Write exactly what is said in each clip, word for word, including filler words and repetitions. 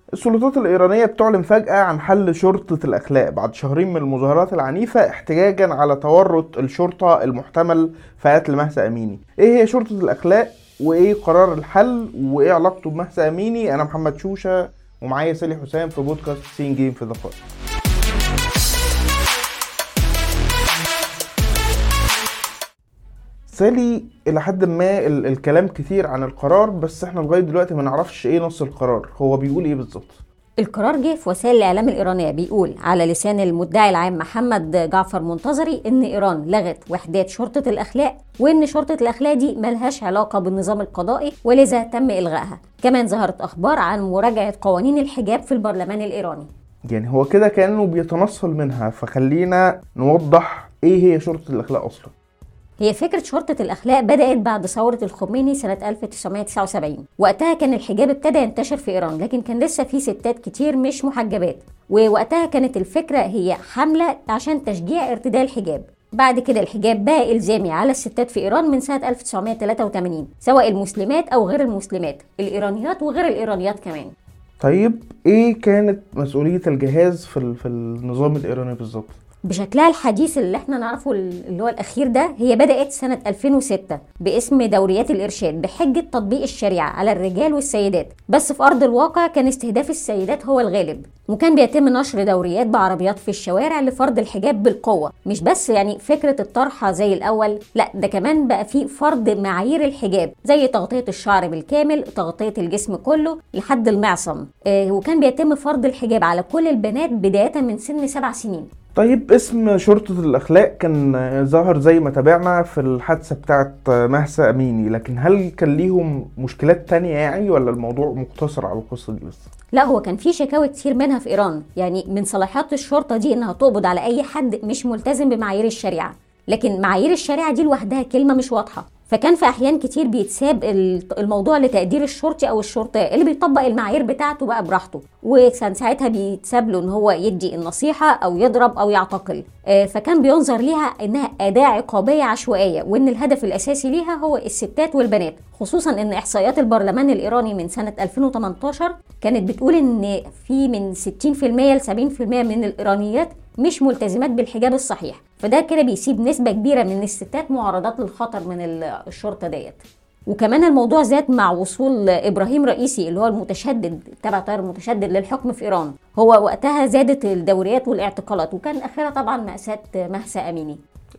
السلطات الإيرانية بتعلن فجأة عن حل شرطة الأخلاق بعد شهرين من المظاهرات العنيفة احتجاجا على تورط الشرطة المحتمل في قتل مهسا أميني. ايه هي شرطة الأخلاق وايه قرار الحل وايه علاقته بمهسا أميني؟ أنا محمد شوشة ومعايا سالي حسام في بودكاست سين جيم في دقائق. سالي، إلى حد ما ال- الكلام كتير عن القرار، بس احنا لغاية دلوقتي ما نعرفش ايه نص القرار، هو بيقول ايه بالظبط؟ القرار جه في وسائل الإعلام الإيرانية، بيقول على لسان المدعي العام محمد جعفر منتظري إن إيران لغت وحدات شرطة الأخلاق، وإن شرطة الأخلاق دي ملهاش علاقة بالنظام القضائي ولذا تم إلغائها. كمان ظهرت أخبار عن مراجعة قوانين الحجاب في البرلمان الإيراني. يعني هو كده كأنه بيتنصل منها، فخلينا نوضح ايه هي شرطة الأخلاق أصلا. هي فكرة شرطة الأخلاق بدأت بعد ثورة الخميني سنة ألف وتسعمائة وتسعة وسبعين. وقتها كان الحجاب ابتدى ينتشر في إيران، لكن كان لسه في ستات كتير مش محجبات، ووقتها كانت الفكرة هي حملة عشان تشجيع ارتداء الحجاب. بعد كده الحجاب بقى إلزامي على الستات في إيران من سنة ألف وتسعمائة وثلاثة وثمانين، سواء المسلمات أو غير المسلمات، الإيرانيات وغير الإيرانيات كمان. طيب ايه كانت مسؤولية الجهاز في ال- في النظام الإيراني بالظبط؟ بشكلها الحديث اللي احنا نعرفه اللي هو الأخير ده، هي بدأت سنة ألفين وستة باسم دوريات الإرشاد بحجة تطبيق الشريعة على الرجال والسيدات، بس في أرض الواقع كان استهداف السيدات هو الغالب، وكان بيتم نشر دوريات بعربيات في الشوارع لفرض الحجاب بالقوة. مش بس يعني فكرة الطرحة زي الأول، لا ده كمان بقى في فرض معايير الحجاب زي تغطية الشعر بالكامل، تغطية الجسم كله لحد المعصم، اه وكان بيتم فرض الحجاب على كل البنات بداية من سن سبع سنين. طيب اسم شرطة الأخلاق كان ظهر زي ما تابعنا في الحادثة بتاعت مهسا أميني، لكن هل كان ليهم مشكلات تانية يعني، ولا الموضوع مقتصر على القصة دي بس؟ لا، هو كان في شكاوى كتير منها في إيران، يعني من صلاحيات الشرطة دي إنها تقبض على أي حد مش ملتزم بمعايير الشريعة، لكن معايير الشريعة دي لوحدها كلمة مش واضحة، فكان في أحيان كتير بيتساب الموضوع لتقدير الشرطي أو الشرطة اللي بيطبق المعايير بتاعته بقى براحته، وكان ساعتها بيتساب له إن هو يدي النصيحة أو يضرب أو يعتقل، فكان بينظر ليها إنها أداة عقابية عشوائية، وإن الهدف الأساسي ليها هو الستات والبنات، خصوصا إن إحصائيات البرلمان الإيراني من سنة ألفين وثمانية عشر كانت بتقول إن في من ستين بالمئة ل سبعين بالمئة من الإيرانيات مش ملتزمات بالحجاب الصحيح، فده كده بيسيب نسبة كبيرة من الستات معرضات للخطر من الشرطة ديت. وكمان الموضوع زاد مع وصول إبراهيم رئيسي اللي هو المتشدد تبع تيار المتشدد للحكم في إيران، هو وقتها زادت الدوريات والاعتقالات، وكان آخرها طبعا مأساة مهسا أميني.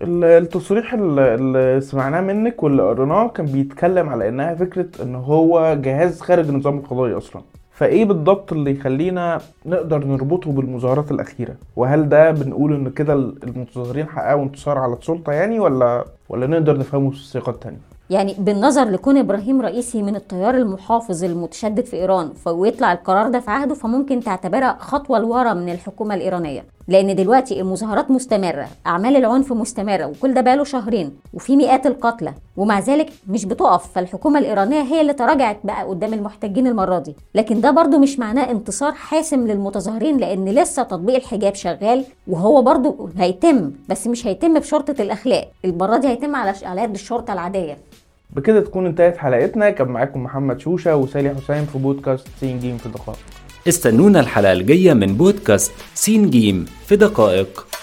التصريح اللي سمعناه منك واللي قرناه كان بيتكلم على انها فكرة ان هو جهاز خارج النظام القضائي اصلا، فايه بالضبط اللي يخلينا نقدر نربطه بالمظاهرات الاخيرة؟ وهل ده بنقول ان كده المتظاهرين حققوا انتصار على السلطة يعني، ولا ولا نقدر نفهمه في صيغات تانية؟ يعني بالنظر لكون إبراهيم رئيسي من التيار المحافظ المتشدد في إيران ويطلع القرار ده في عهده، فممكن تعتبرها خطوة لورا من الحكومة الإيرانية، لأن دلوقتي المظاهرات مستمرة، أعمال العنف مستمرة، وكل ده بقاله شهرين وفي مئات القتلى، ومع ذلك مش بتقف، فالحكومة الإيرانية هي اللي تراجعت بقى قدام المحتجين المرة دي. لكن ده برضو مش معناه انتصار حاسم للمتظاهرين، لأن لسه تطبيق الحجاب شغال، وهو برضو هيتم، بس مش هيتم بشرطة الأخلاق، المرة دي هيتم على على يد الشرطة العادية. بكده تكون انتهت حلقتنا. كان معاكم محمد شوشة وسالي حسام في بودكاست سين جيم في دقائق. استنونا الحلقة الجاية من بودكاست سين جيم في دقائق.